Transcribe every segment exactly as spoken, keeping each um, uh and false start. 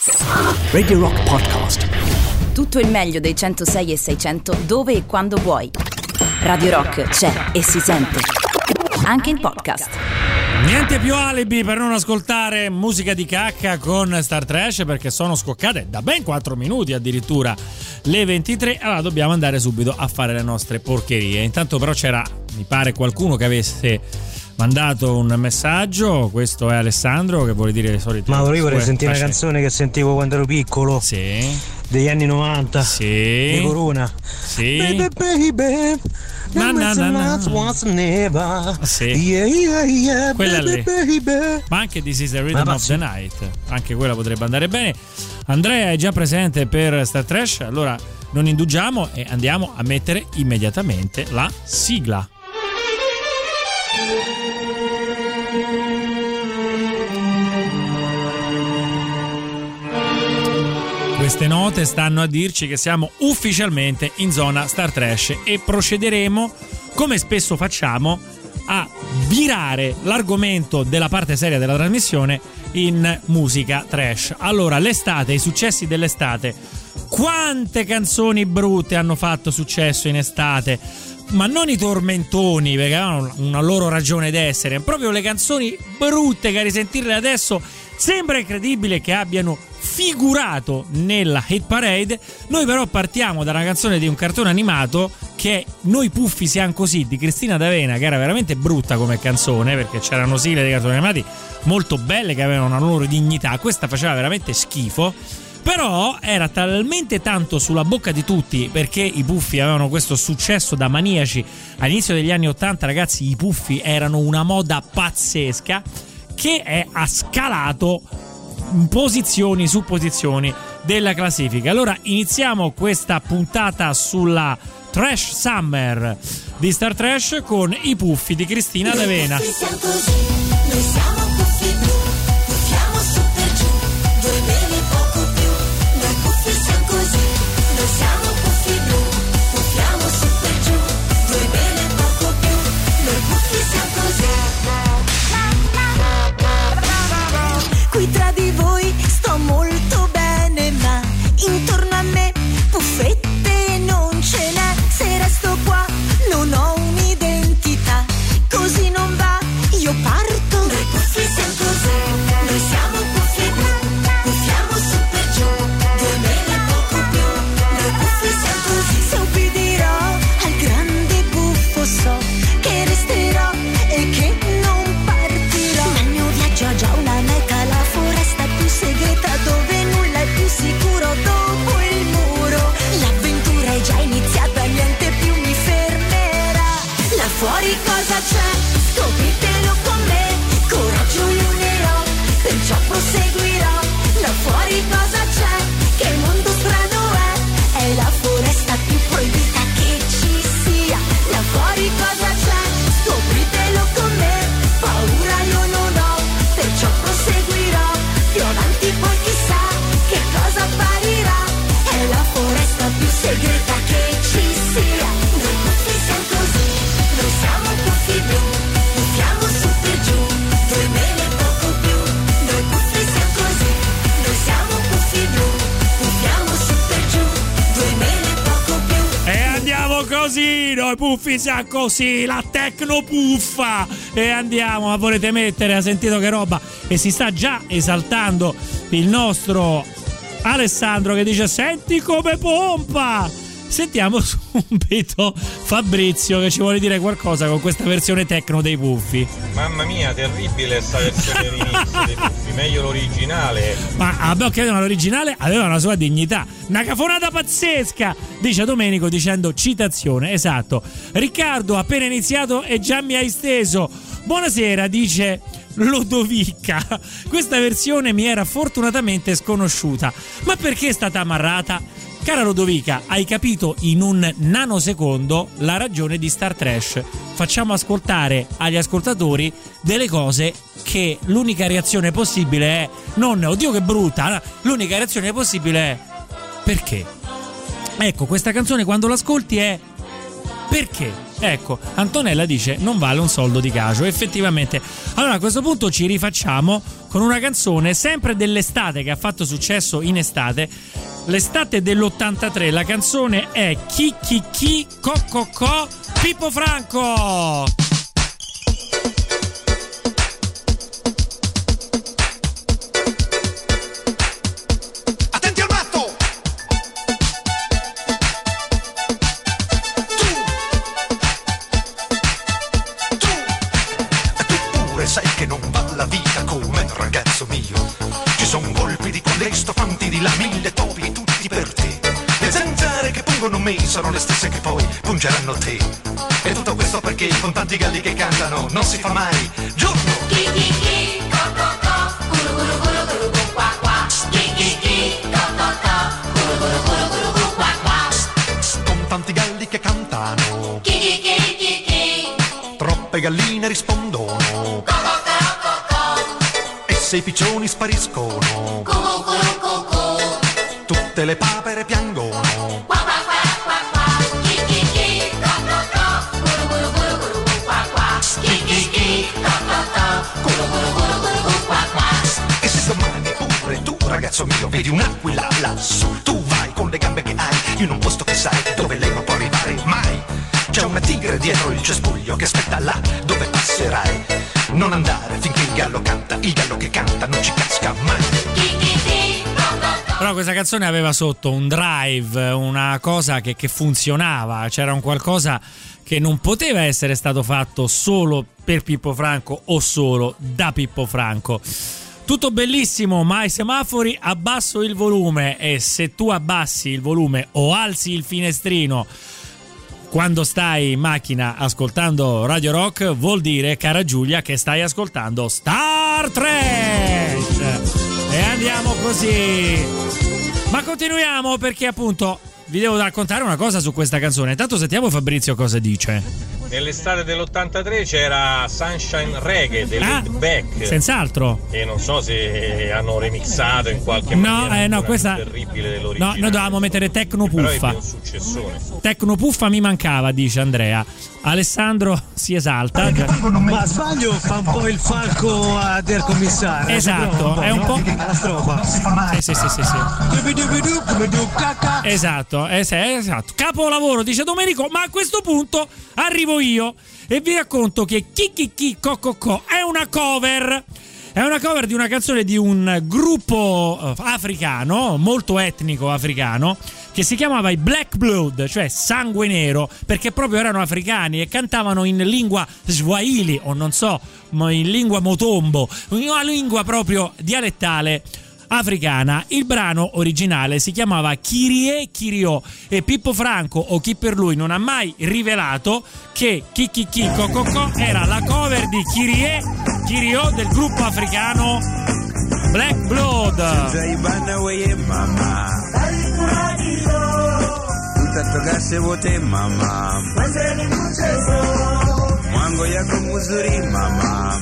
Radio Rock Podcast. Tutto il meglio dei centosei e seicento dove e quando vuoi. Radio Rock c'è e si sente anche in podcast. Niente più alibi per non ascoltare musica di cacca con Star Trash, perché sono scoccate da ben quattro minuti addirittura le ventitré. Allora dobbiamo andare subito a fare le nostre porcherie. Intanto però c'era, mi pare, qualcuno che avesse mandato un messaggio. Questo è Alessandro che vuole dire le solite. Ma io vorrei sentire una canzone che sentivo quando ero piccolo. Sì. Degli anni novanta. Sì. Di Corona. Sì. Baby baby. Na, na, na, na. Sì. Yeah, yeah, yeah, quella baby, lì. baby. Ma anche This is the Rhythm of the Night, anche quella potrebbe andare bene. Andrea è già presente per Star Trash, allora non indugiamo e andiamo a mettere immediatamente la sigla. Queste note stanno a dirci che siamo ufficialmente in zona Star Trash e procederemo, come spesso facciamo, a virare l'argomento della parte seria della trasmissione in musica trash. Allora, l'estate, i successi dell'estate. Quante canzoni brutte hanno fatto successo in estate? Ma non i tormentoni, perché hanno una loro ragione d'essere, proprio le canzoni brutte che a risentirle adesso sembra incredibile che abbiano figurato nella hit parade. Noi però partiamo da una canzone di un cartone animato che è Noi Puffi siamo così, di Cristina D'Avena, che era veramente brutta come canzone, perché c'erano sigle dei cartoni animati molto belle che avevano una loro dignità. Questa faceva veramente schifo, però era talmente tanto sulla bocca di tutti, perché i Puffi avevano questo successo da maniaci all'inizio degli anni ottanta. Ragazzi, i Puffi erano una moda pazzesca che è ha scalato posizioni su posizioni della classifica. Allora iniziamo questa puntata sulla Trash Summer di Star Trash con i Puffi di Cristina D'Avena. Noi siamo così, noi siamo Puffi blu, puffiamo su per giù, due peli poco più. Noi Puffi siamo così, noi siamo Puffi blu, puffiamo su per giù, due peli poco più. Noi Puffi siamo così. Qui tra di voi sto molto bene, ma intorno a me puffette non ce n'è. Se resto qua non ho un'identità, così non va, io parto. Noi Puffi siamo così, noi siamo Puffi blu, puffiamo su per giù, due mele poco più. Noi Puffi siamo così. Se ubbidirò al grande buffo so che resterò e che non partirò. Ma il mio viaggio ha già una meta, la foresta più segreta dove nulla è più sicuro dopo il muro. L'avventura è già iniziata, niente più mi fermerà. Là fuori cosa c'è? Scopritelo con me. Coraggio io ne ho, perciò proseguirò. Là fuori cosa c'è? Che mondo strano è? È la foresta più proibita che ci sia. Là fuori cosa c'è? Scopritelo con me. Paura io non ho, perciò proseguirò. Più avanti poi chissà che cosa apparirà. È la foresta più segreta che ci sia. Noi Puffi siamo così, noi siamo Puffi blu, puffiamo su per giù, due mele poco più. Noi Puffi siamo così, noi siamo Puffi blu, puffiamo su per giù, due mele poco più. E andiamo così, noi Puffi siamo così, la tecno puffa. E andiamo, ma volete mettere, ha sentito che roba? E si sta già esaltando il nostro Alessandro che dice senti come pompa. Sentiamo subito Fabrizio che ci vuole dire qualcosa con questa versione tecno dei Puffi. Mamma mia, terribile sta versione d'inizio dei Puffi, meglio l'originale. Ma abbiamo capito, ma l'originale aveva una sua dignità. Una cafonata pazzesca, dice Domenico dicendo citazione, esatto. Riccardo, appena iniziato e già mi hai steso. Buonasera, dice Lodovica. Questa versione mi era fortunatamente sconosciuta. Ma perché è stata amarrata? Cara Lodovica, hai capito in un nanosecondo la ragione di Star Trash. Facciamo ascoltare agli ascoltatori delle cose che l'unica reazione possibile è non oddio che brutta, l'unica reazione possibile è perché? Ecco, questa canzone quando l'ascolti è perché? Ecco, Antonella dice non vale un soldo di gaggio. Effettivamente. Allora a questo punto ci rifacciamo con una canzone sempre dell'estate che ha fatto successo in estate. L'estate dell'ottantatré, la canzone è Chi Chi Chi Co Co Co Pippo Franco. Sai che non va la vita come ragazzo mio. Ci son colpi di colesto, fanti di là, mille topi tutti per te. Le zanzare che pungono me sono le stesse che poi pungeranno te. E tutto questo perché con tanti galli che cantano non si fa mai giorno. Chi chi chi, co co co, guru guru guru guru gu qua qua. Chi chi chi, co co co, guru guru guru guru gu qua qua. Con tanti galli che cantano, Chi chi chi chi chi, troppe galline rispondono. E se i piccioni spariscono, cu cu cu cu cu, tutte le papere piangono. qua qua qua qua qua. Chi chi chi, co co co, guru guru guru guru gu qua qua. Chi chi chi, co co co, guru guru guru guru gu qua qua. E se domani pure tu, ragazzo mio, vedi un'aquila lassù, tu vai con le gambe che hai in un posto che sai dove lei non può arrivare mai. C'è una tigre dietro il cespuglio che aspetta là dove passerai. Non andare finché il gallo canta, il gallo che canta non ci casca mai. Chi chi chi, co co co. Però questa canzone aveva sotto un drive, una cosa che, che funzionava, c'era un qualcosa che non poteva essere stato fatto solo per Pippo Franco o solo da Pippo Franco. Tutto bellissimo, ma ai semafori abbasso il volume, e se tu abbassi il volume o alzi il finestrino quando stai in macchina ascoltando Radio Rock, vuol dire, cara Giulia, che stai ascoltando Star Trash. E andiamo così. Ma continuiamo, perché appunto vi devo raccontare una cosa su questa canzone. Intanto sentiamo Fabrizio cosa dice. Nell'estate dell'ottantatré c'era Sunshine Reggae dei Ah, Laid Back, senz'altro. e non so se hanno remixato in qualche No, maniera eh, no, ancora questa più terribile no, dell'originale. noi dovevamo mettere Tecno Però Puffa. ebbe un successone. Tecno Puffa mi mancava, dice Andrea. Alessandro si esalta. Ma sbaglio fa un po' il falco a del commissario. Esatto, è un po'. La strofa. Sì, sì, sì, sì, sì. Esatto, es- esatto. Capolavoro, dice Domenico, ma a questo punto arrivo io e vi racconto che Chi Chi Chi Co Co Co è una cover. È una cover di una canzone di un gruppo africano, molto etnico africano, che si chiamava i Black Blood, cioè sangue nero, perché proprio erano africani e cantavano in lingua swahili, o non so, in lingua motombo, una lingua proprio dialettale africana. Il brano originale si chiamava Kyrie Kyrio e Pippo Franco, o chi per lui, non ha mai rivelato che Chi Chi Chi Co Co Co era la cover di Kyrie Kyrio del gruppo africano Black Blood. Mwango yako muzuri mama,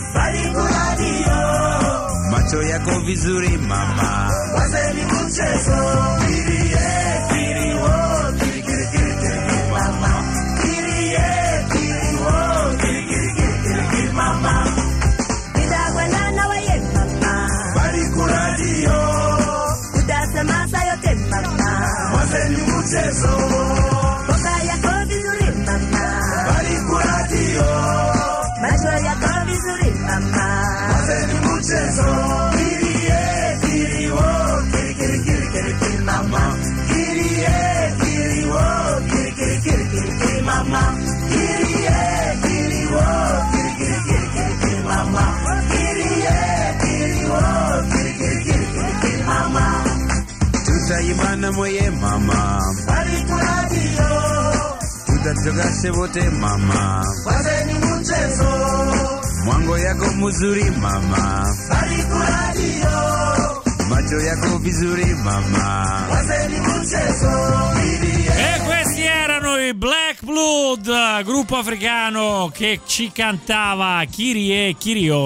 macho yako vizuri mama, wazeni mchezo kirie kiri wo kiri kiri kiri kiri mama, kirie kiri wo kiri kiri kiri kiri kiri mama, Nitakwenda na wewe mama, bali kuradio, utasema sayote mama, wazeni mchezo, boga yako vizuri mama, bali kuradio, macho yako vizuri mama, wazeni mchezo kirie kiri wo kiri kiri kiri kiri kiri mama, kirie kiri wo kiri kiri kiri kiri kiri mama, kirie kiri wo kiri kiri kiri kiri kiri mama, kirie kiri wo kiri kiri kiri kiri kiri mama, tutayimana moye mama, bali kuradio, tutatoka sebote mama, wazeni mchezo, mwango yako muzuri mama, bali kuradio, macho yako vizuri mama, wazeni mchezo, E questi erano i Black Blood, gruppo africano che ci cantava Kyrie Kyrio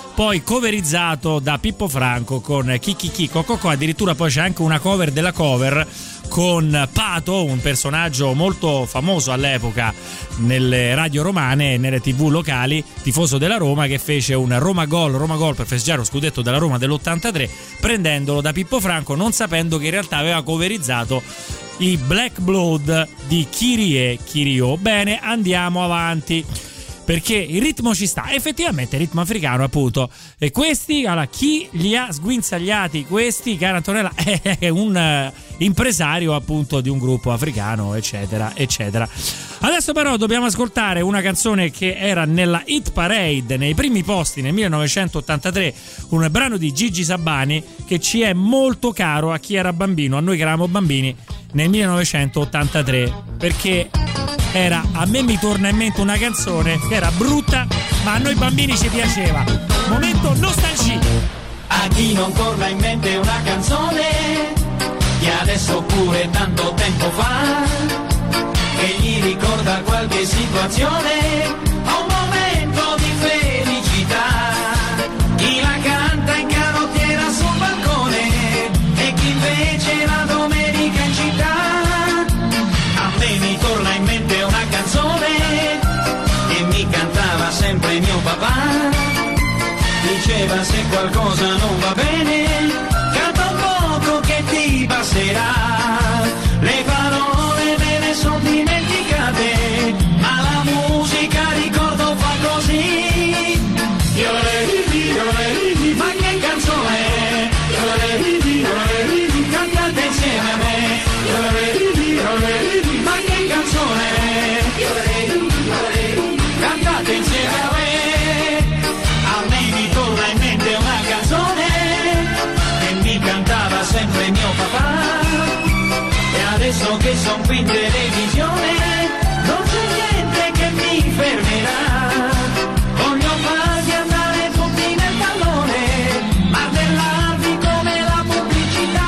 poi coverizzato da Pippo Franco con Chi Chi Chi Co Co Co. Addirittura poi c'è anche una cover della cover con Pato, un personaggio molto famoso all'epoca nelle radio romane e nelle tv locali, tifoso della Roma, che fece un Roma Gol, Roma Gol per festeggiare lo scudetto della Roma dell'ottantatré, prendendolo da Pippo Franco, non sapendo che in realtà aveva coverizzato i Black Blood di Kyrie Kyrio. Bene, andiamo avanti, perché il ritmo ci sta, effettivamente il ritmo africano, appunto. E questi, allora, chi li ha sguinzagliati questi, cara Antonella? È un uh, impresario, appunto, di un gruppo africano, eccetera, eccetera. Adesso però dobbiamo ascoltare una canzone che era nella hit parade nei primi posti nel millenovecentottantatré, un brano di Gigi Sabani che ci è molto caro a chi era bambino, a noi che eravamo bambini nel millenovecentottantatré, perché era, a me mi torna in mente una canzone che era brutta, ma a noi bambini ci piaceva. Momento nostalgia. A chi non torna in mente una canzone che adesso pure tanto tempo fa, che gli ricorda qualche situazione o un momento di felicità. Chi la canta in canottiera sul balcone e chi invece la domenica in città. A me mi torna in mente una canzone che mi cantava sempre mio papà. Diceva: se qualcosa non va bene, canta un poco che ti passerà. Le parole me ne sono dimenticate, ma la musica ricordo fa così. Ma che canzone è? Cantate insieme a me. Ma che canzone è? Cantate insieme a me. A me mi torna in mente una canzone che mi cantava sempre mio papà. E adesso che son qui in televisione non c'è niente che mi fermerà. Voglio farvi andare tutti nel pallone, martellarvi come la pubblicità.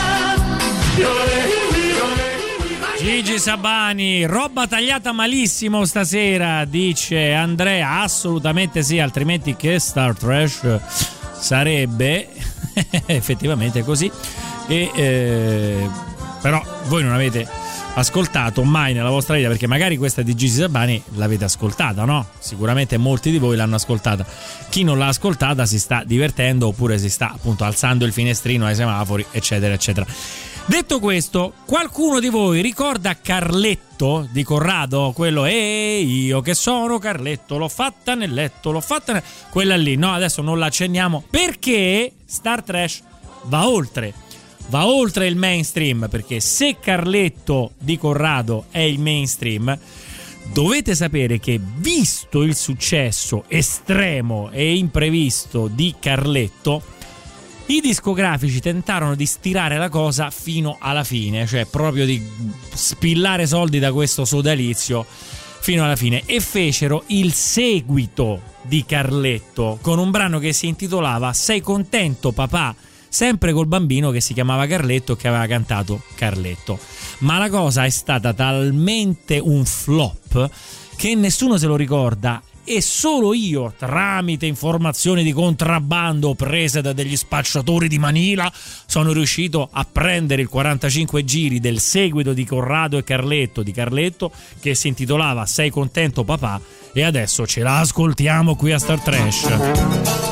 Gigi Sabani, roba tagliata malissimo stasera, dice Andrea. Assolutamente sì, altrimenti che Star Trash sarebbe? Effettivamente è così. E eh, però voi non avete ascoltato mai nella vostra vita, perché magari questa di Gigi Sabani l'avete ascoltata, no? Sicuramente molti di voi l'hanno ascoltata. Chi non l'ha ascoltata si sta divertendo, oppure si sta appunto alzando il finestrino ai semafori, eccetera eccetera. Detto questo, qualcuno di voi ricorda Carletto di Corrado? Quello "e io che sono Carletto, l'ho fatta nel letto, l'ho fatta nel..." quella lì, no? Adesso non la accenniamo, perché Star Trash va oltre va oltre il mainstream, perché se Carletto di Corrado è il mainstream, dovete sapere che, visto il successo estremo e imprevisto di Carletto, i discografici tentarono di stirare la cosa fino alla fine, cioè proprio di spillare soldi da questo sodalizio fino alla fine, e fecero il seguito di Carletto con un brano che si intitolava "Sei contento papà?", sempre col bambino che si chiamava Carletto e che aveva cantato Carletto. Ma la cosa è stata talmente un flop che nessuno se lo ricorda, e solo io, tramite informazioni di contrabbando prese da degli spacciatori di Manila, sono riuscito a prendere il quarantacinque giri del seguito di Corrado e Carletto di Carletto, che si intitolava "Sei contento papà", e adesso ce la ascoltiamo qui a Star Trash.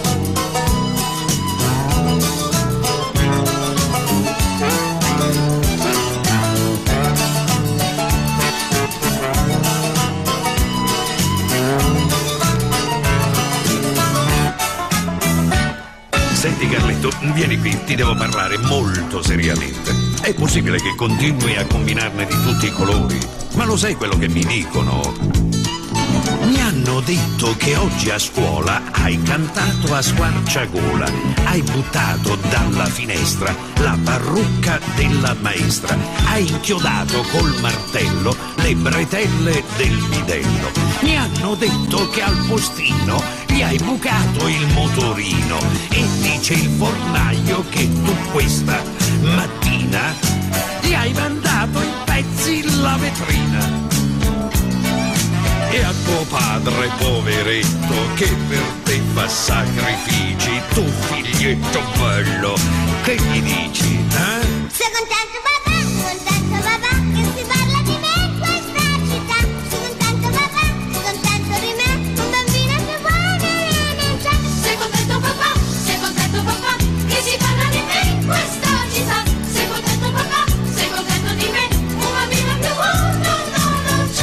Senti Carletto, vieni qui, ti devo parlare molto seriamente. È possibile che continui a combinarne di tutti i colori? Ma lo sai quello che mi dicono? Mi hanno detto che oggi a scuola hai cantato a squarciagola, hai buttato dalla finestra la parrucca della maestra, hai inchiodato col martello le bretelle del bidello. Mi hanno detto che al postino gli hai bucato il motorino, e dice il fornaio che tu questa mattina gli hai mandato in pezzi la vetrina. E a tuo padre padre poveretto che per te fa sacrifici, tu figlietto bello, che gli dici, eh? Sei contento papà, contento papà, che si parla di me in questa città. Sei contento papà, contento di me, un bambino più buono non c'è. Sei contento papà, sei contento papà, che si parla di me in questa città. Sei contento papà, sei contento di me, un bambino più buono non c'è.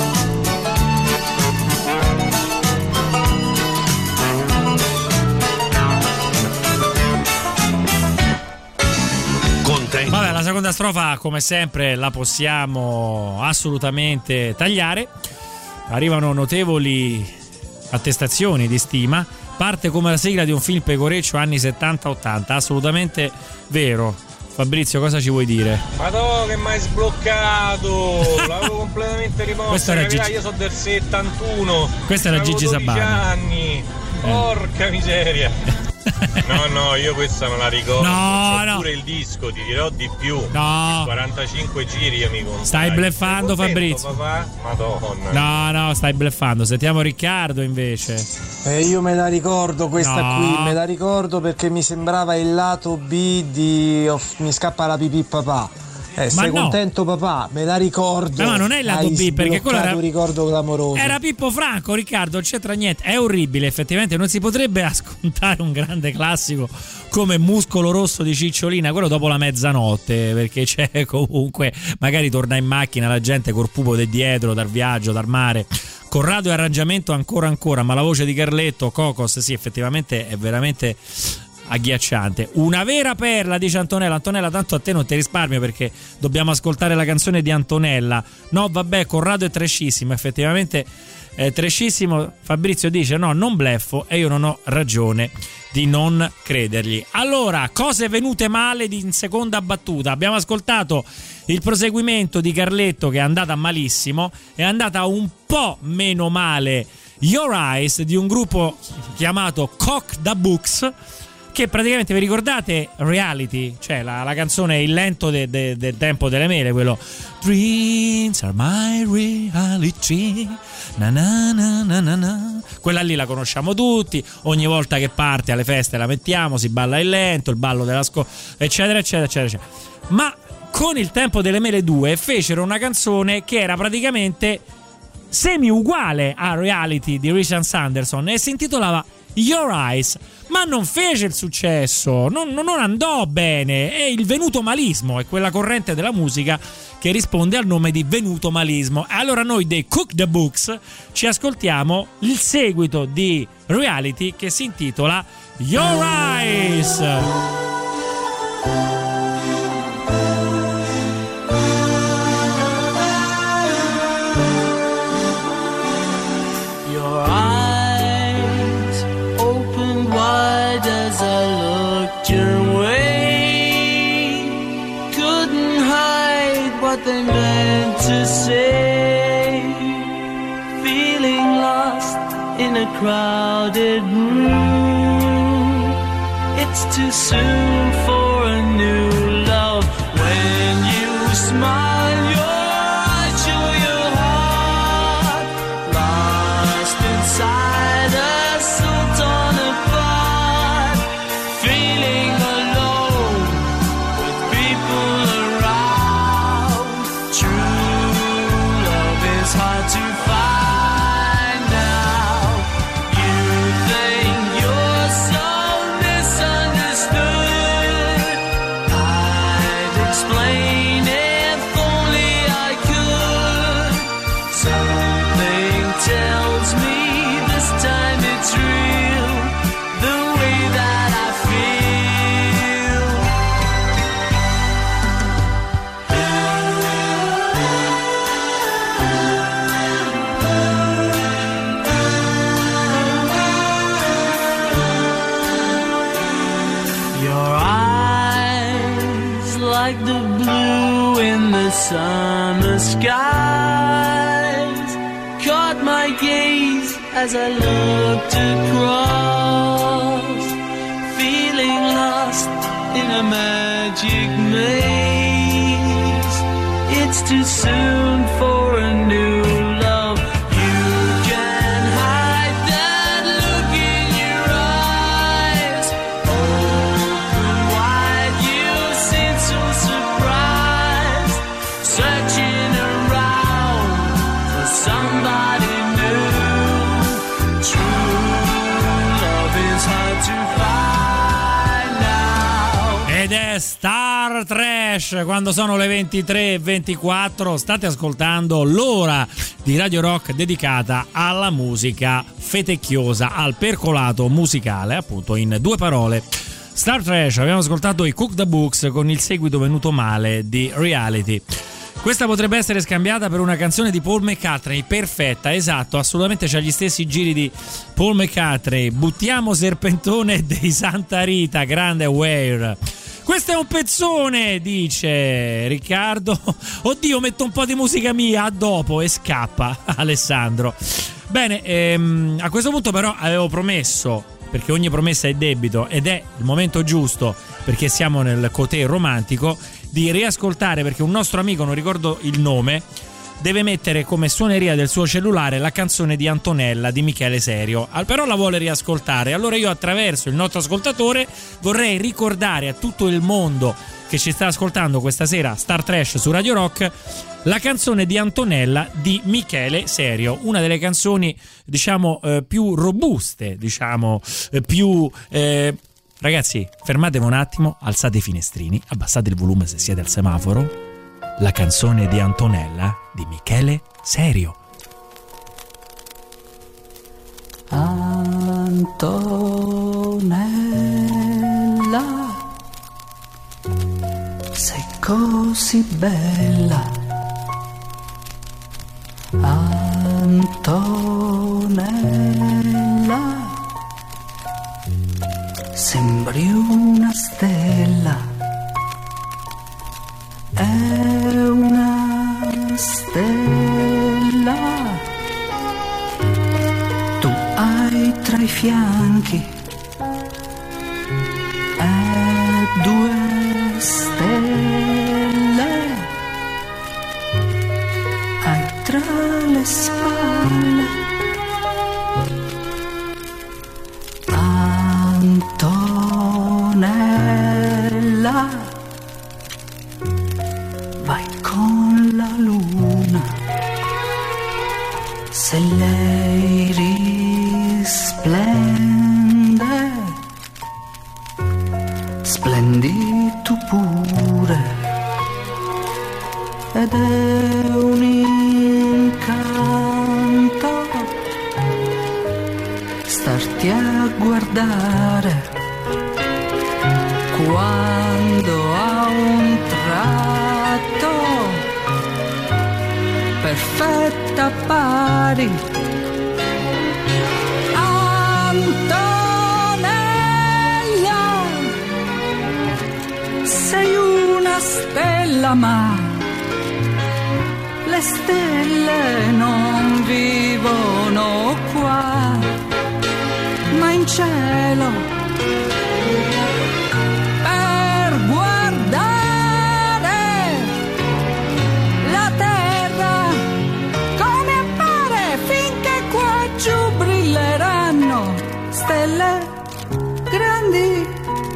Vabbè, la seconda strofa come sempre la possiamo assolutamente tagliare. Arrivano notevoli attestazioni di stima. Parte come la sigla di un film pecoreccio anni settanta ottanta, assolutamente vero. Fabrizio, cosa ci vuoi dire? Madò che mi hai sbloccato, l'avevo completamente rimosso. Questo era Capirà, Gigi... io sono del settantuno. Questo era Gigi Sabani. Anni. Porca miseria. No, no, io questa non la ricordo. No, C'ho no. pure il disco, ti dirò di più. No. quarantacinque giri io mi conto. Stai bleffando, Fabrizio. Papà? Madonna. No, no, stai bleffando. Sentiamo Riccardo invece. Eh, io me la ricordo questa No. qui, me la ricordo perché mi sembrava il lato B di oh, Mi scappa la pipì papà. Eh, sei no. contento papà? Me la ricordo. Ma, ma non è il lato Hai B, perché quello era un ricordo clamoroso. Era Pippo Franco, Riccardo, non c'entra niente. È orribile, effettivamente. Non si potrebbe ascoltare un grande classico come Muscolo Rosso di Cicciolina, quello dopo la mezzanotte, perché c'è comunque, magari torna in macchina la gente col pupo di dietro, dal viaggio, dal mare. Corrado e arrangiamento ancora ancora, ma la voce di Carletto, Cocos, sì, effettivamente è veramente agghiacciante. Una vera perla, dice Antonella. Antonella, tanto a te non ti risparmio perché dobbiamo ascoltare la canzone di Antonella. No, vabbè, Corrado è trashissimo, effettivamente è trashissimo. Fabrizio dice no, non bleffo, e io non ho ragione di non credergli. Allora, cose venute male in seconda battuta. Abbiamo ascoltato il proseguimento di Carletto, che è andata malissimo, è andata un po' meno male Your Eyes di un gruppo chiamato Cock the Books, che praticamente, vi ricordate Reality, cioè la, la canzone Il lento del de, de tempo delle mele, quello Dreams are my reality, na na na na na na. Quella lì la conosciamo tutti, ogni volta che parte alle feste la mettiamo, si balla il lento, il ballo della scuola, eccetera eccetera eccetera eccetera. Ma con Il tempo delle mele due fecero una canzone che era praticamente semi uguale a Reality di Richard Sanderson e si intitolava Your Eyes, ma non fece il successo, non, non andò bene. E il venutomalismo è quella corrente della musica che risponde al nome di venutomalismo. Allora noi dei Cook the Books ci ascoltiamo il seguito di Reality, che si intitola Your Eyes. As I looked your way, couldn't hide what they meant to say. Feeling lost in a crowded room, it's too soon for a new love. When you smile, your eyes show your heart, lost inside a soul torn apart. Feeling alone with people around. True love is hard to find now. You think you're so misunderstood. I'd explain if only I could. Something tells me this time it's real. The way that I like the blue in the summer skies, caught my gaze as I looked across, feeling lost in a magic maze. It's too soon for a new love. You can Star Trash quando sono le ventitré e ventiquattro. State ascoltando l'ora di Radio Rock dedicata alla musica fetecchiosa, al percolato musicale, appunto in due parole. Star Trash, abbiamo ascoltato i Cook the Books con il seguito venuto male di Reality. Questa potrebbe essere scambiata per una canzone di Paul McCartney, perfetta, esatto, assolutamente c'ha gli stessi giri di Paul McCartney. Buttiamo Serpentone dei Santa Rita, grande Where. Questo è un pezzone, dice Riccardo. Oddio, metto un po' di musica mia, a dopo, e scappa Alessandro. Bene, ehm, a questo punto però avevo promesso, perché ogni promessa è debito ed è il momento giusto, perché siamo nel cotè romantico, di riascoltare, perché un nostro amico, non ricordo il nome, deve mettere come suoneria del suo cellulare la canzone di Antonella di Michele Serio, però la vuole riascoltare. Allora io, attraverso il nostro ascoltatore, vorrei ricordare a tutto il mondo che ci sta ascoltando questa sera Star Trash su Radio Rock la canzone di Antonella di Michele Serio, una delle canzoni diciamo eh, più robuste, diciamo eh, più eh, ragazzi, fermatevi un attimo, alzate i finestrini, abbassate il volume se siete al semaforo. La canzone di Antonella di Michele Serio. Antonella, sei così bella. Antonella, sembri una stella. È una stella, tu hai tra i fianchi e due stelle, hai tra le spalle Antonella. Vai con la luna, se lei risplende, splendi tu pure, ed è un incanto starti a guardare quando a un tratto perfetta pari. Antonella, sei una stella, ma le stelle non vivono qua, ma in cielo. Stelle grandi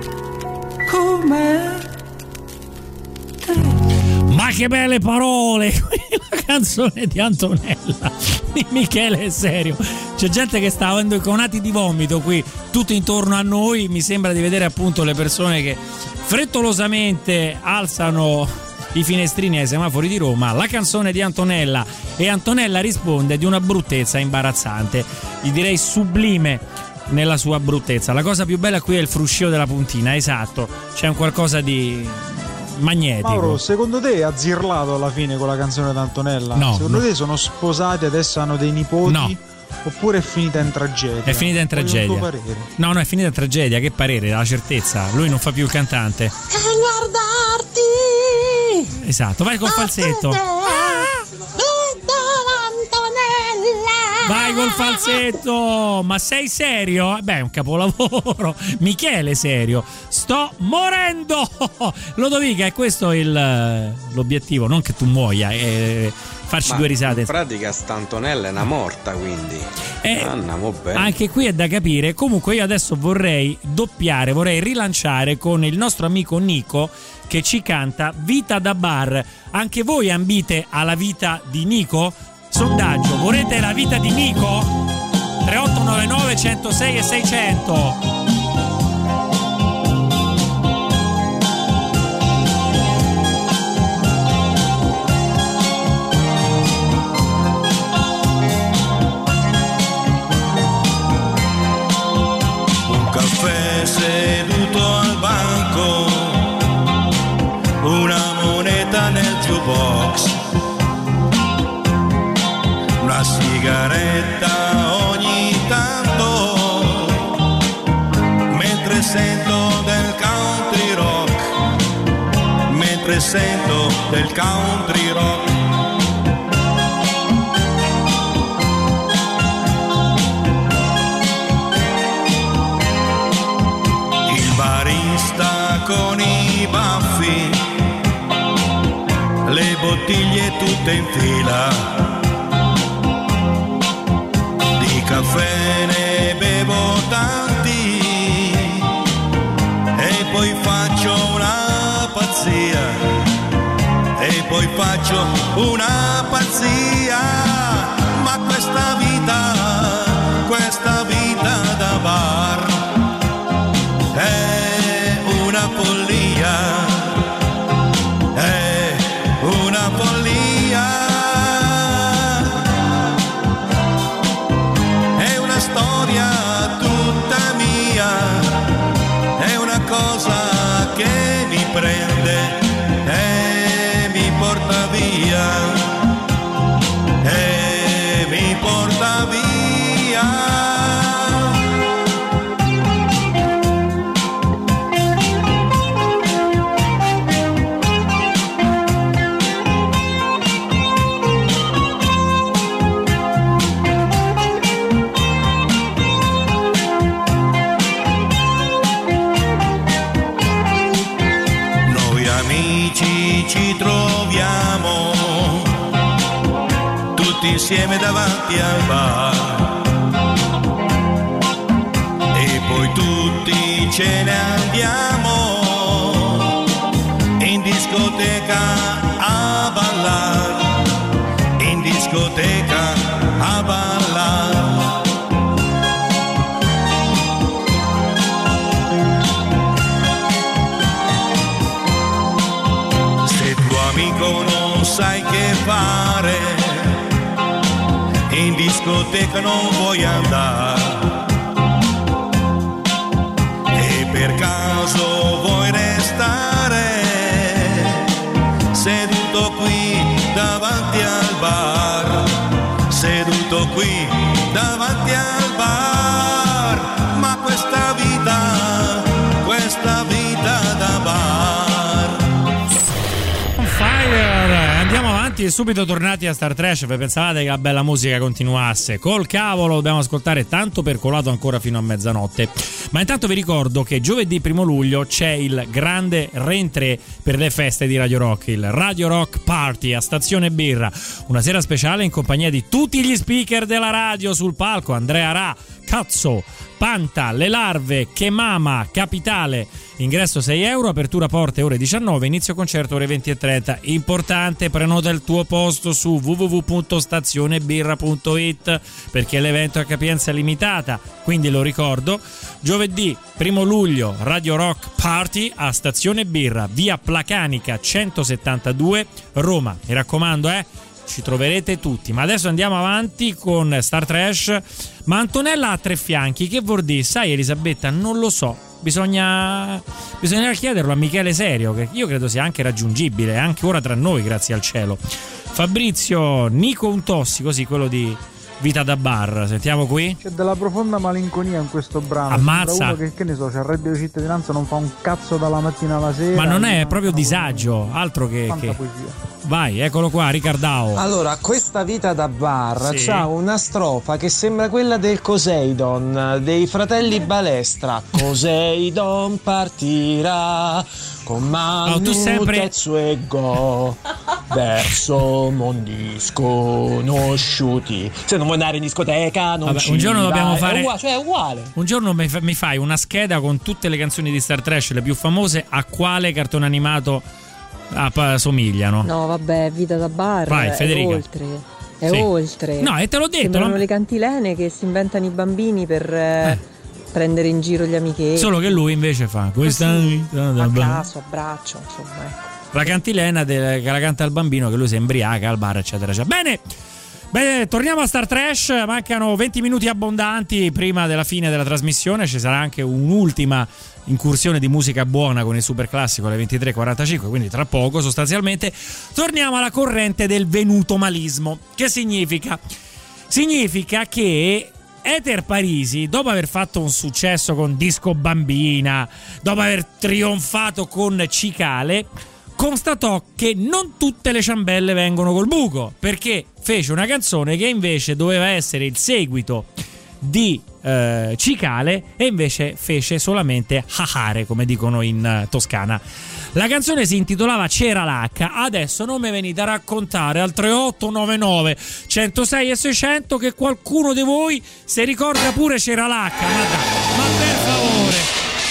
come te. Ma che belle parole! La canzone di Antonella di Michele Serio. C'è gente che sta avendo i conati di vomito qui tutto intorno a noi. Mi sembra di vedere appunto le persone che frettolosamente alzano i finestrini ai semafori di Roma. La canzone di Antonella, e Antonella risponde di una bruttezza imbarazzante, gli direi sublime nella sua bruttezza. La cosa più bella qui è il fruscio della puntina, esatto, c'è un qualcosa di magnetico. Mauro, secondo te è azzirlato alla fine con la canzone di Antonella? No, secondo no. te sono sposati, adesso hanno dei nipoti? No. Oppure è finita in tragedia? È finita in tragedia. Voglio un tuo parere. No, no, è finita in tragedia, che parere, la certezza. Lui non fa più il cantante. Guardarti. Esatto, vai col falsetto. Vai col falsetto. Ma sei serio? Beh, è un capolavoro. Michele Serio. Sto morendo. Lodovica, è questo il, l'obiettivo, non che tu muoia, è farci Ma due risate. In pratica sta Antonella è una morta, quindi eh, andiamo bene. Anche qui è da capire. Comunque io adesso vorrei doppiare, vorrei rilanciare con il nostro amico Nico che ci canta Vita da bar. Anche voi ambite alla vita di Nico? Sondaggio, volete la vita di Nico? tre otto nove nove uno zero sei e seicento. jukebox, una sigaretta ogni tanto, mentre sento del country rock, mentre sento del country rock. Il barista con i baffi, le bottiglie tutte in fila, di caffè ne bevo tanti e poi faccio una pazzia, e poi faccio una pazzia, ma questa vita, questa vita da bar è una follia. Una follia, è una storia tutta mia, è una cosa che mi prende e mi porta via, e mi porta via. Ci troviamo tutti insieme davanti al bar e poi tutti ce ne andiamo in discoteca a ballare, in discoteca a ballare. Amico, non sai che fare, in discoteca non vuoi andare, e per caso vuoi restare seduto qui davanti al bar, seduto qui davanti al bar, ma questa vita, questa vita da bar. Andiamo avanti e subito tornati a Star Trash. Voi pensavate che la bella musica continuasse? Col cavolo, dobbiamo ascoltare tanto percolato ancora fino a mezzanotte. Ma intanto vi ricordo che giovedì primo luglio c'è il grande rientrée per le feste di Radio Rock, il Radio Rock Party a Stazione Birra, una sera speciale in compagnia di tutti gli speaker della radio. Sul palco Andrea Ra, Cazzo, Panta, Le Larve, Che Mama, Capitale. Ingresso sei euro, apertura porte ore diciannove, inizio concerto ore venti e trenta. Importante, prenota il tuo posto su w w w punto stazionebirra punto i t perché l'evento è a capienza limitata, quindi lo ricordo. Giovedì primo luglio Radio Rock Party a Stazione Birra, via Placanica centosettantadue, Roma. Mi raccomando, eh, ci troverete tutti. Ma adesso andiamo avanti con Star Trash. Ma Antonella ha tre fianchi, che vuol dire? Sai Elisabetta, non lo so. Bisogna bisogna chiederlo a Michele Serio, che io credo sia anche raggiungibile, anche ora tra noi, grazie al cielo. Fabrizio, Nico un tossico, sì, quello di Vita da bar. Sentiamo qui. C'è della profonda malinconia in questo brano. Ammazza. Uno che, che ne so, c'è il reddito di cittadinanza, non fa un cazzo dalla mattina alla sera. Ma non è proprio disagio, altro che, Quanta che... poesia. Vai, eccolo qua, Ricardao. Allora, questa Vita da bar Sì. c'ha una strofa che sembra quella del Coseidon, dei fratelli Balestra. Coseidon partirà con mano, Oh, tu sempre- Tetsu e Go verso mondi sconosciuti. Se non vuoi andare in discoteca non Vabbè, ci un giorno dobbiamo vai. fare- È uguale, cioè è uguale. Un giorno mi fa- mi fai una scheda con tutte le canzoni di Star Trash, le più famose, a quale cartone animato ah, pa- somigliano. No, vabbè, Vita da bar. Vai, è Federica. oltre. È Sì. oltre. No, e te l'ho detto, Sembrano non- le cantilene che si inventano i bambini per eh, prendere in giro gli amichetti. Solo che lui invece fa questa vita da A bar. caso, a braccio, insomma, ecco. La cantilena del- che la canta al bambino, che lui si embriaca al bar, eccetera, eccetera. Bene, Bene, torniamo a Star Trash, mancano venti minuti abbondanti prima della fine della trasmissione, ci sarà anche un'ultima incursione di musica buona con il super classico alle ventitré e quarantacinque, quindi tra poco sostanzialmente torniamo alla corrente del venutomalismo. Che significa? Significa che Eter Parisi, dopo aver fatto un successo con Disco Bambina, dopo aver trionfato con Cicale, constatò che non tutte le ciambelle vengono col buco, perché fece una canzone che invece doveva essere il seguito di eh, Cicale e invece fece solamente Hahare, come dicono in uh, Toscana. La canzone si intitolava C'era l'H. Adesso non mi venite a raccontare al tre otto nove nove centosei e seicento che qualcuno di voi si ricorda pure C'era l'H. Ma, da, ma per favore.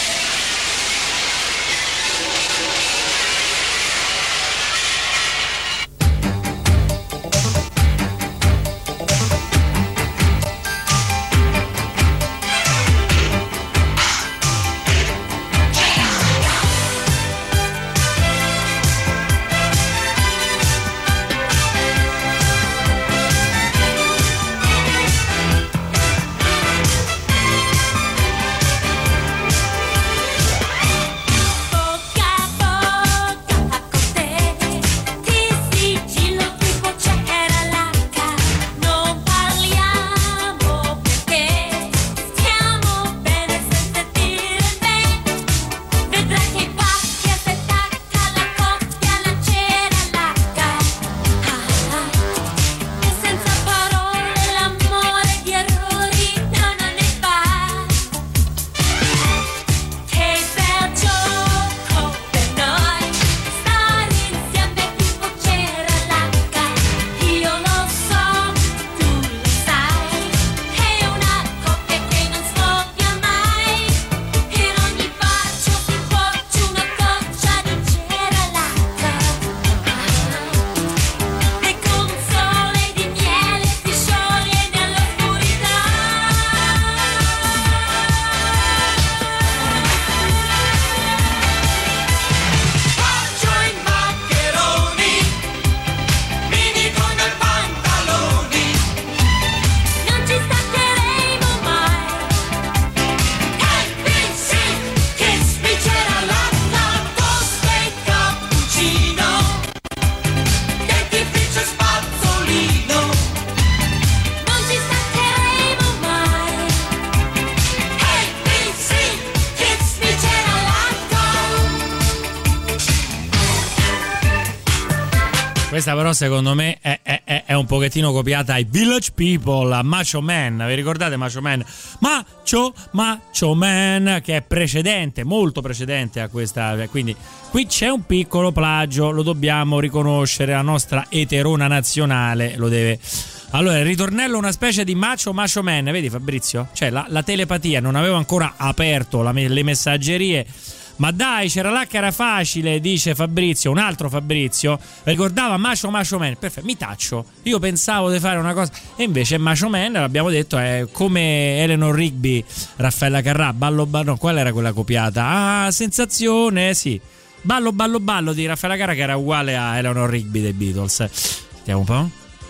Questa però secondo me è, è, è un pochettino copiata ai Village People, a Macho Man. Vi ricordate Macho Man? Macho, Macho Man, che è precedente, molto precedente a questa. Quindi qui c'è un piccolo plagio, lo dobbiamo riconoscere, la nostra eterona nazionale lo deve. Allora, il ritornello è una specie di Macho Macho Man, vedi Fabrizio? Cioè la, la telepatia, non avevo ancora aperto la, le messaggerie. Ma dai, C'era l'H, era facile, dice Fabrizio, un altro Fabrizio, ricordava Macho Macho Man. Perfetto, mi taccio. Io pensavo di fare una cosa e invece Macho Man, l'abbiamo detto, è come Eleanor Rigby, Raffaella Carrà, ballo ballo, no, qual era quella copiata? Ah, sensazione, sì. Ballo ballo ballo di Raffaella Carrà, che era uguale a Eleanor Rigby dei Beatles. Sentiamo un po'.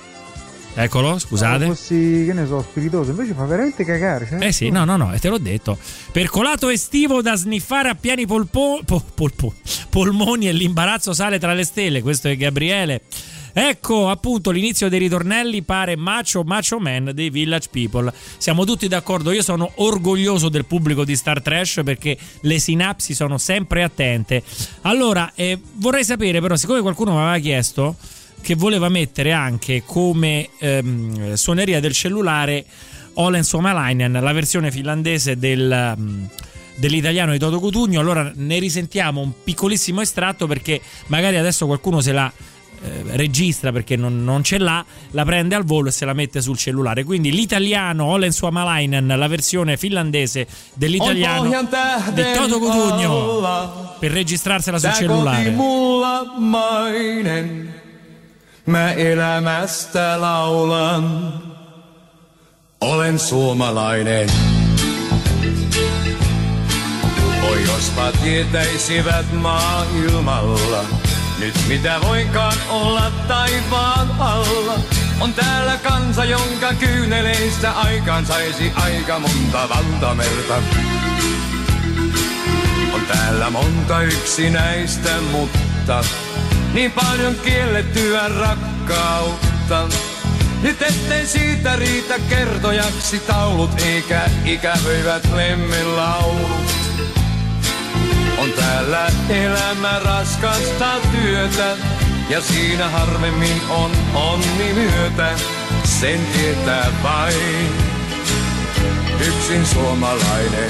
Eccolo, scusate. Se fossi, che ne so, spiritoso, invece fa veramente cagare. Cioè. Eh sì, no, no, no, e te l'ho detto. Percolato estivo da sniffare a pieni polpo, po, polpo, polmoni e l'imbarazzo sale tra le stelle. Questo è Gabriele. Ecco appunto l'inizio dei ritornelli, pare Macho Macho Man dei Village People. Siamo tutti d'accordo, io sono orgoglioso del pubblico di Star Trash perché le sinapsi sono sempre attente. Allora, eh, vorrei sapere però, siccome qualcuno mi aveva chiesto che voleva mettere anche come ehm, suoneria del cellulare Olen Suomalainen, la versione finlandese del, um, dell'italiano di Toto Cutugno. Allora ne risentiamo un piccolissimo estratto perché magari adesso qualcuno se la eh, registra perché non, non ce l'ha, la prende al volo e se la mette sul cellulare. Quindi l'italiano Olen Suomalainen, la versione finlandese dell'italiano di Toto Cutugno, per registrarsela sul cellulare. Mä elämästä laulan, olen suomalainen. Oi jospa tietäisivät maailmalla, nyt mitä voinkaan olla taivaan alla. On täällä kansa, jonka kyyneleistä aikaan saisi aika monta valtamerta. On täällä monta yksinäistä, mutta niin paljon kiellettyä rakkautta. Nyt ettei siitä riitä kertojaksi taulut, eikä ikävöivät lemmenlaulut. On täällä elämä raskasta työtä, ja siinä harvemmin on onni myötä. Sen tietää vain yksin suomalainen.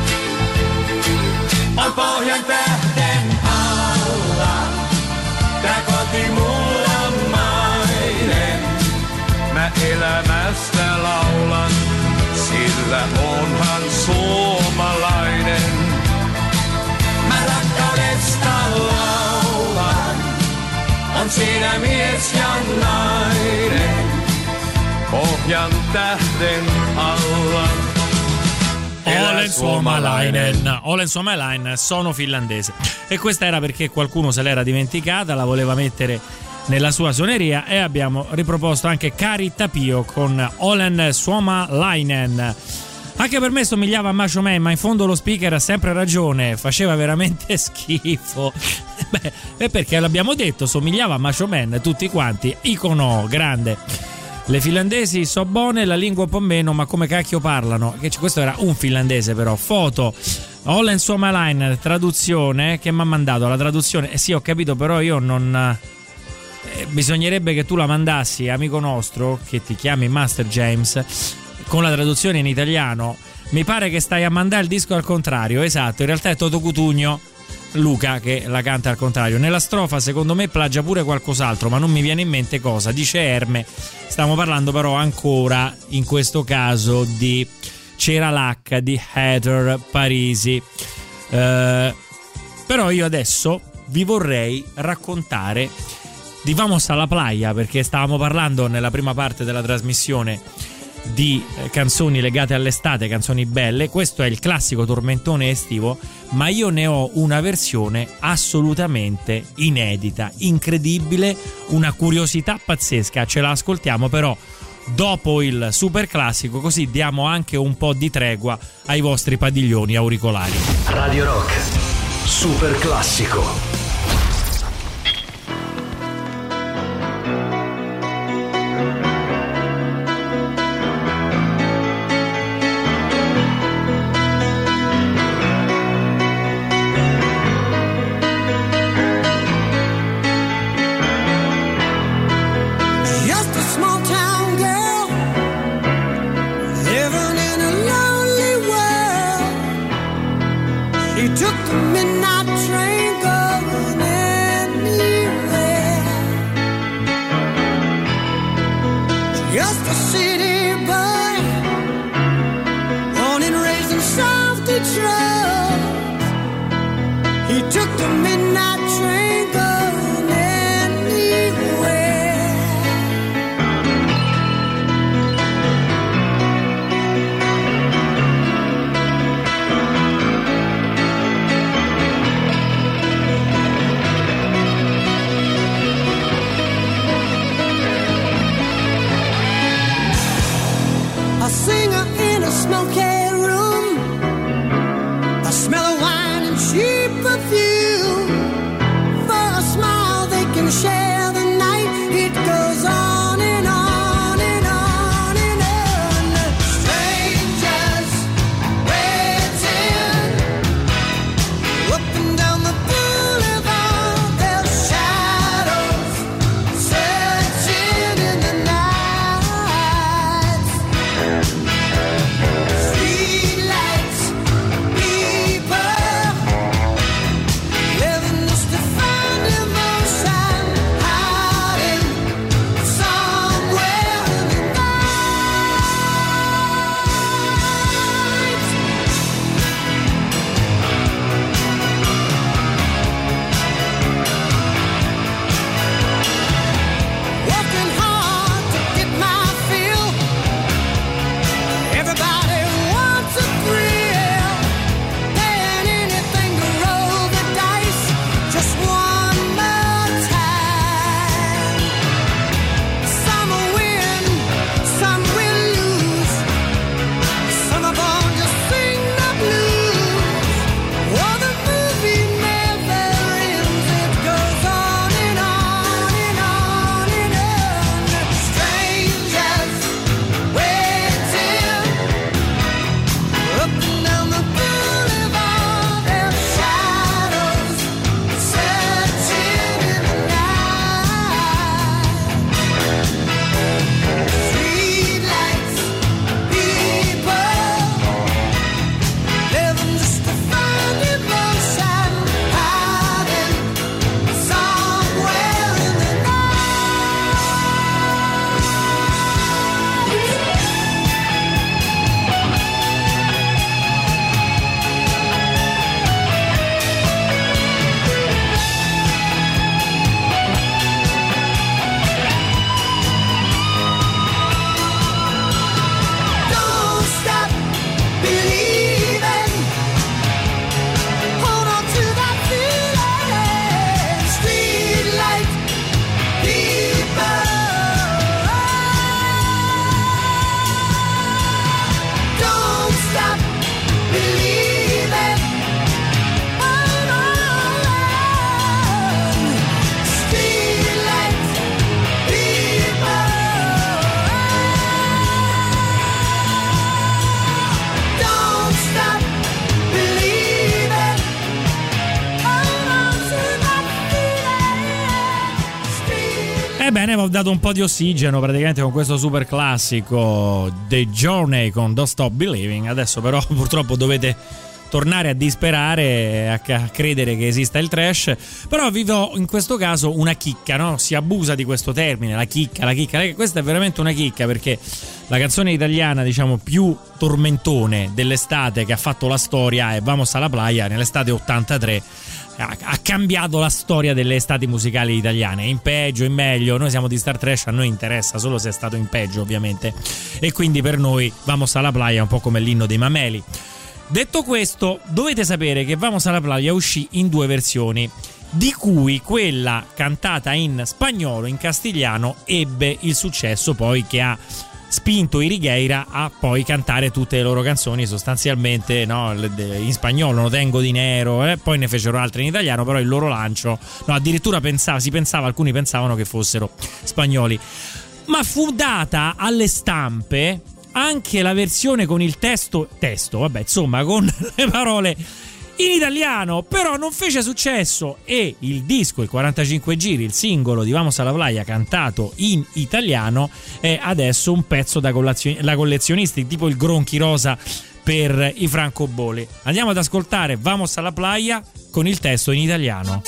On pohjan tähden alla, tää koti mulla mainen. Mä elämästä laulan, sillä onhan suomalainen. Mä rakkaudesta laulan, on siinä mies ja nainen. Pohjan tähden alla. Olen suomalainen, olen suomalainen, sono finlandese. E questa era perché qualcuno se l'era dimenticata, la voleva mettere nella sua suoneria e abbiamo riproposto anche Kari Tapio con Olen suomalainen. Anche per me somigliava a Macho Man, ma in fondo lo speaker ha sempre ragione, faceva veramente schifo. Beh, è perché l'abbiamo detto, somigliava a Macho Man, tutti quanti, icono, grande. Le finlandesi so buone, la lingua un po' meno, ma come cacchio parlano? Che questo era un finlandese però. Foto, Olen suomalainen, traduzione, che mi ha mandato la traduzione. Eh sì, ho capito, però io non... Eh, bisognerebbe che tu la mandassi, amico nostro, che ti chiami Master James, con la traduzione in italiano. Mi pare che stai a mandare il disco al contrario, esatto, in realtà è Toto Cutugno Luca che la canta al contrario. Nella strofa secondo me plagia pure qualcos'altro, ma non mi viene in mente cosa. Dice Erme, stiamo parlando però ancora in questo caso di C'era l'H di Heather Parisi. eh, Però io adesso vi vorrei raccontare di Vamos a la Playa, perché stavamo parlando nella prima parte della trasmissione di canzoni legate all'estate, canzoni belle. Questo è il classico tormentone estivo, ma io ne ho una versione assolutamente inedita, incredibile, una curiosità pazzesca. Ce la ascoltiamo però dopo il super classico, così diamo anche un po' di tregua ai vostri padiglioni auricolari. Radio Rock super classico. Ebbene, ho dato un po' di ossigeno praticamente con questo super classico The Journey con Don't Stop Believing. Adesso però purtroppo dovete tornare a disperare, a, a credere che esista il trash. Però vi do in questo caso una chicca, no? Si abusa di questo termine, la chicca, la chicca. Questa è veramente una chicca, perché la canzone italiana, diciamo, più tormentone dell'estate che ha fatto la storia è Vamos alla Playa nell'estate ottantatré. Ha cambiato la storia delle estati musicali italiane, in peggio, in meglio. Noi siamo di Star Trash, a noi interessa solo se è stato in peggio, ovviamente, e quindi per noi Vamos alla Playa è un po' come l'inno dei Mameli. Detto questo, dovete sapere che Vamos alla Playa uscì in due versioni, di cui quella cantata in spagnolo, in castigliano, ebbe il successo poi che ha spinto i Righeira a poi cantare tutte le loro canzoni sostanzialmente, no, in spagnolo, No Tengo Dinero, eh? Poi ne fecero altre in italiano, però il loro lancio, no, addirittura pensava, si pensava, alcuni pensavano che fossero spagnoli. Ma fu data alle stampe anche la versione con il testo, testo, vabbè, insomma, con le parole in italiano, però non fece successo, e il disco, il quarantacinque giri, il singolo di Vamos alla Playa cantato in italiano, è adesso un pezzo da collezionisti, tipo il Gronchi Rosa per i francobolli. Andiamo ad ascoltare Vamos alla Playa con il testo in italiano.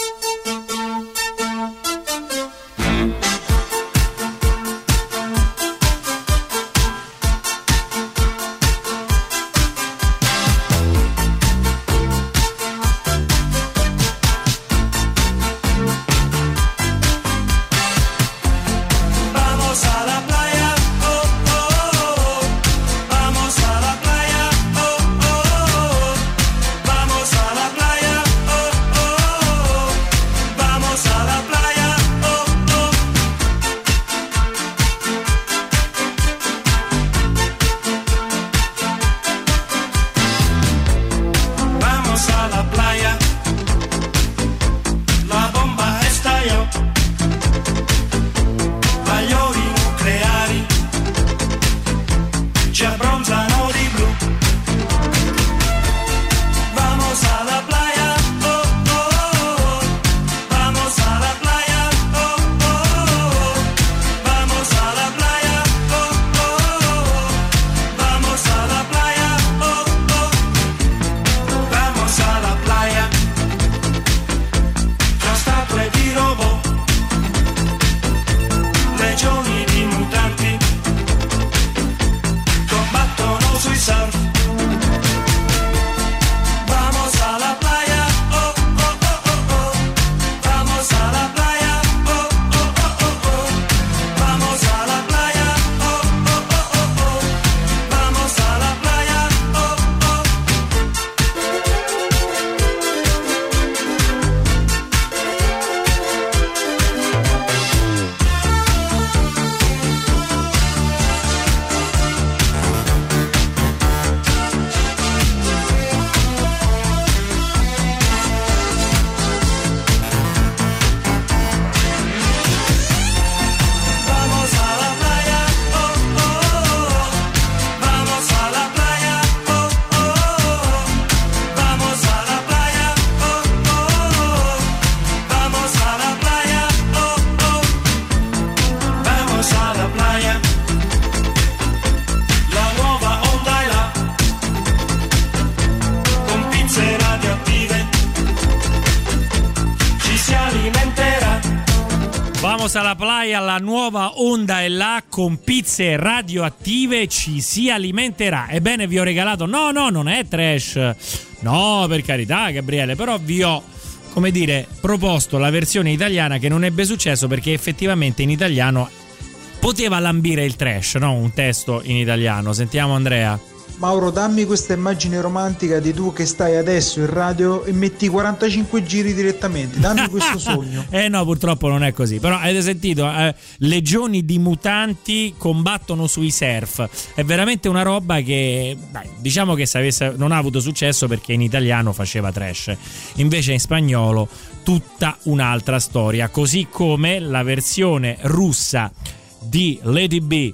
Alla Playa, la nuova onda è là, con pizze radioattive ci si alimenterà. Ebbene, vi ho regalato, no no non è trash, no, per carità Gabriele, però vi ho, come dire, proposto la versione italiana che non ebbe successo perché effettivamente in italiano poteva lambire il trash, no? Un testo in italiano. Sentiamo Andrea. Mauro, dammi questa immagine romantica di tu che stai adesso in radio e metti quarantacinque giri direttamente, dammi questo sogno. Eh no, purtroppo non è così. Però avete sentito, eh, legioni di mutanti combattono sui surf. È veramente una roba che, dai, diciamo che se avesse, non ha avuto successo perché in italiano faceva trash, invece in spagnolo tutta un'altra storia. Così come la versione russa di Lady B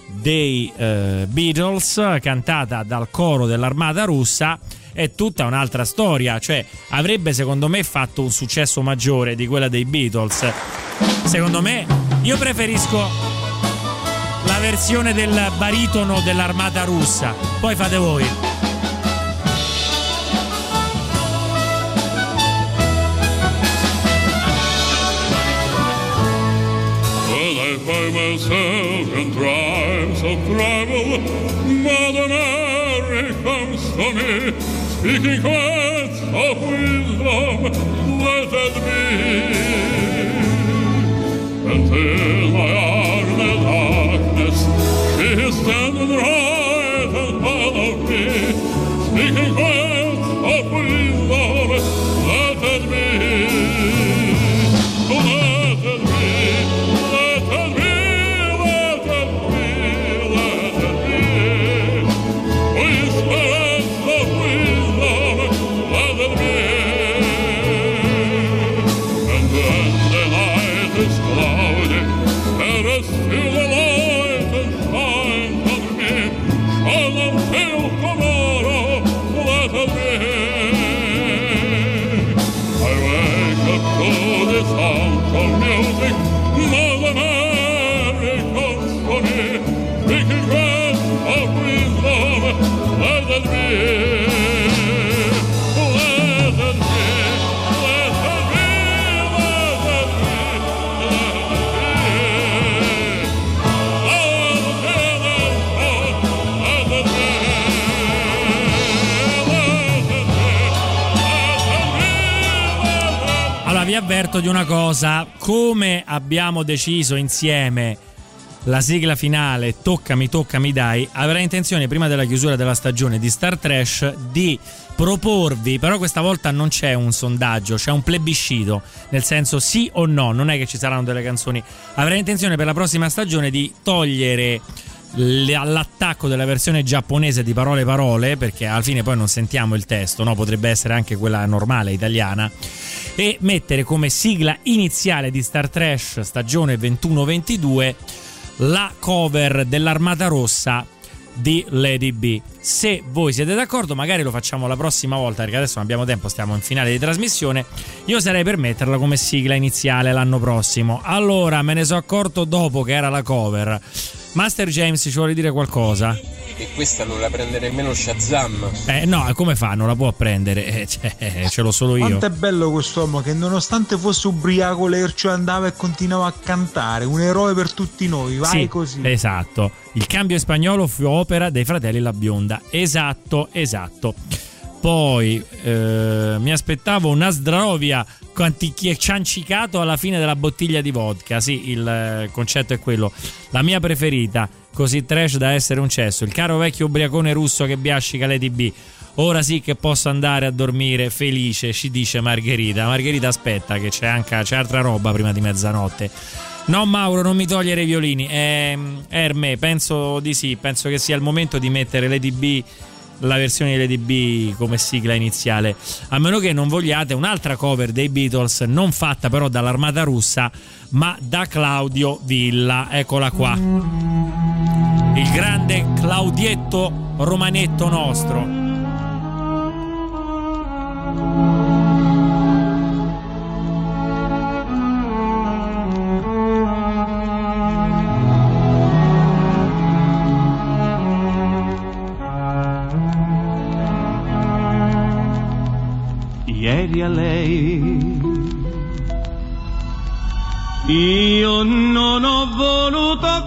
dei uh, Beatles, cantata dal coro dell'armata russa, è tutta un'altra storia. Cioè, avrebbe secondo me fatto un successo maggiore di quella dei Beatles. Secondo me Io preferisco la versione del baritono dell'Armata Russa, poi fate voi. Well, I find myself in tribes of travel. Mother Mary comes to me, speaking words of wisdom, let it be. Until my heart in the darkness, she is standing right in front of me, speaking words of wisdom, let it be. Let it be, let it be, let it be, let it be. Whispers of wisdom, let it be. And when the night is cloudy, there is still a light that shines on me. Shine until tomorrow, let it be. I wake up to the sound of music. Mother Mary comes to me, speaking words of wisdom, let it be. Let it be, let it be, let it be, let it be. Allora vi avverto di una cosa, come abbiamo deciso insieme la sigla finale Toccami, toccami dai, avrei intenzione prima della chiusura della stagione di Star Trash di proporvi, però questa volta non c'è un sondaggio, c'è un plebiscito, nel senso sì o no, non è che ci saranno delle canzoni. Avrei intenzione per la prossima stagione di togliere l'attacco della versione giapponese di Parole Parole, perché alla fine poi non sentiamo il testo, no? Potrebbe essere anche quella normale italiana, e mettere come sigla iniziale di Star Trash stagione ventuno ventidue la cover dell'Armata Rossa di Lady B. Se voi siete d'accordo, magari lo facciamo la prossima volta, perché adesso non abbiamo tempo, stiamo in finale di trasmissione. Io sarei per metterla come sigla iniziale l'anno prossimo. Allora, me ne sono accorto dopo che era la cover. Master James, ci vuole dire qualcosa? E questa non la prende nemmeno Shazam. Eh no, come fa? Non la può prendere, eh, cioè, ce l'ho solo io. Quanto è bello quest'uomo che nonostante fosse ubriaco Lercio andava e continuava a cantare. Un eroe per tutti noi, vai sì, così. Esatto, il cambio spagnolo fu opera dei fratelli La Bionda. Esatto, esatto. Poi eh, mi aspettavo una Zdravia ciancicato alla fine della bottiglia di vodka. Sì, il eh, concetto è quello. La mia preferita, così trash da essere un cesso, il caro vecchio ubriacone russo che biascica Lady B. Ora sì che posso andare a dormire felice, ci dice Margherita. Margherita, aspetta che c'è anche c'è altra roba prima di mezzanotte. No Mauro, non mi togliere i violini. eh, Erme, penso di sì, penso che sia il momento di mettere Lady B, la versione di Lady B come sigla iniziale, a meno che non vogliate un'altra cover dei Beatles, non fatta però dall'Armata Russa ma da Claudio Villa. Eccola qua, il grande Claudietto Romanetto nostro. Ieri a lei io non ho voluto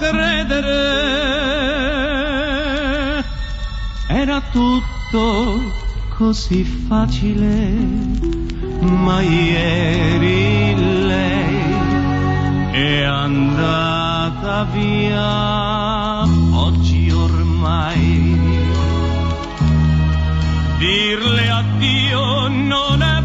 credere, era tutto così facile, ma ieri lei è andata via, oggi ormai dirle addio non è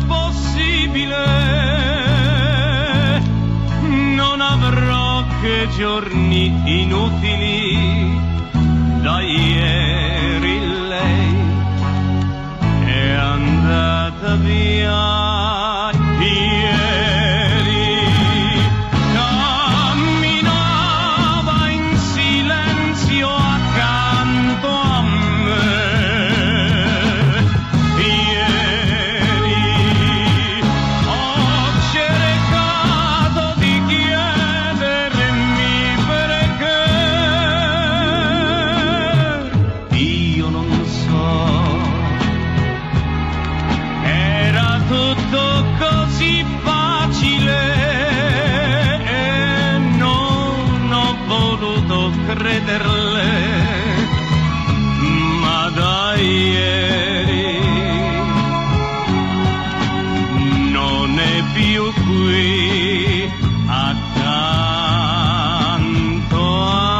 possibile, non avrò che giorni inutili, da ieri lei è andata via, ieri camminava in silenzio accanto a me. crederle, ma da ieri non è più qui accanto a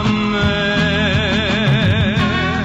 me.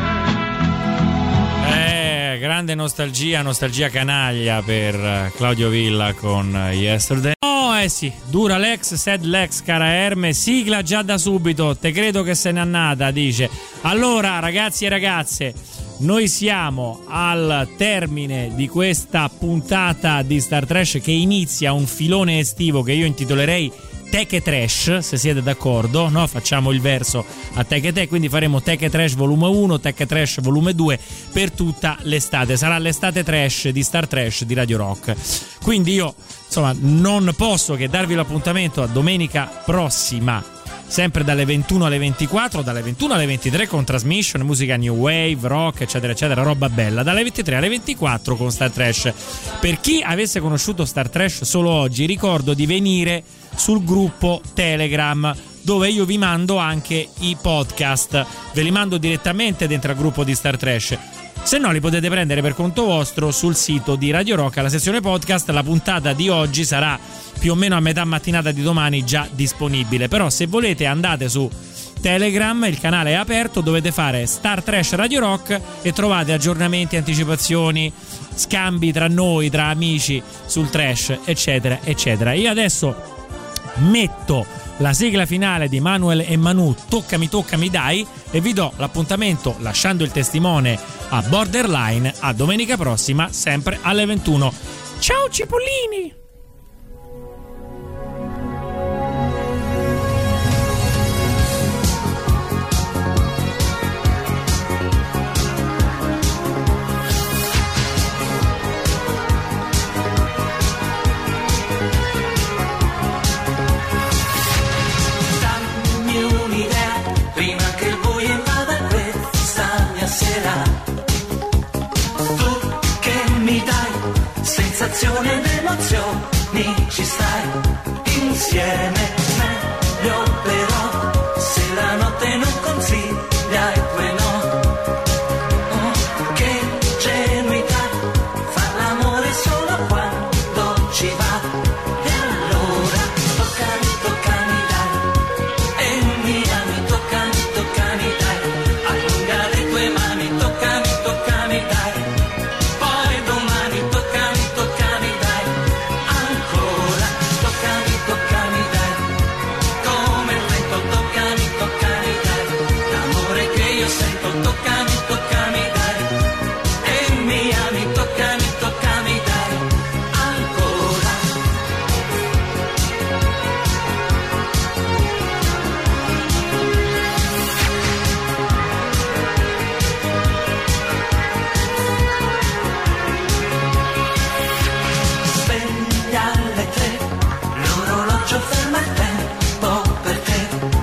Eh, grande nostalgia, nostalgia canaglia per Claudio Villa con Yesterday. Oh, eh sì, dura l'ex, sed l'ex, cara Erme, sigla già da subito, te credo che se n'è annata, dice. Allora, ragazzi e ragazze, noi siamo al termine di questa puntata di Star Trash che inizia un filone estivo che io intitolerei Teche Trash, se siete d'accordo, no? Facciamo il verso a Teche Te, quindi faremo Teche Trash volume uno, Teche Trash volume due per tutta l'estate. Sarà l'estate trash di Star Trash di Radio Rock. Quindi io, insomma, non posso che darvi l'appuntamento a domenica prossima, sempre dalle ventuno alle ventiquattro, dalle ventuno alle ventitré con Transmission, musica new wave, rock, eccetera eccetera, roba bella, dalle ventitré alle ventiquattro con Star Trash. Per chi avesse conosciuto Star Trash solo oggi, ricordo di venire sul gruppo Telegram, dove io vi mando anche i podcast, ve li mando direttamente dentro al gruppo di Star Trash. Se no li potete prendere per conto vostro sul sito di Radio Rock, alla sezione podcast. La puntata di oggi sarà più o meno a metà mattinata di domani già disponibile, però se volete andate su Telegram, il canale è aperto, dovete fare Star Trash Radio Rock e trovate aggiornamenti, anticipazioni, scambi tra noi, tra amici sul trash, eccetera eccetera. Io adesso metto la sigla finale di Manuel e Manu, Toccami Toccami Dai, e vi do l'appuntamento, lasciando il testimone a Borderline, a domenica prossima sempre alle ventuno. Ciao cipollini! Sensazione ed emozioni, ci stai insieme, meglio però se la notte non consiglia i tuoi no. Oh, che genuità, far l'amore solo quando ci va. E allora toccami, toccami dai, e mi ami, toccami, toccami dai, allunga le tue mani, toccami, toccami dai. Toccami, toccami dai, e mi ami, toccami, toccami dai, ancora. Svegli alle tre, l'orologio ferma il tempo per te.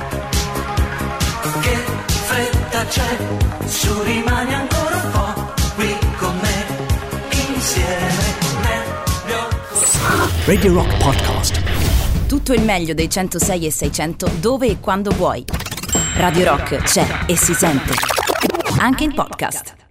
Che fretta c'è, su rimani ancora un po' qui con me, insieme meglio. Radio Rock Podcast. Tutto il meglio dei centosei e seicento dove e quando vuoi. Radio Rock c'è e si sente anche in podcast.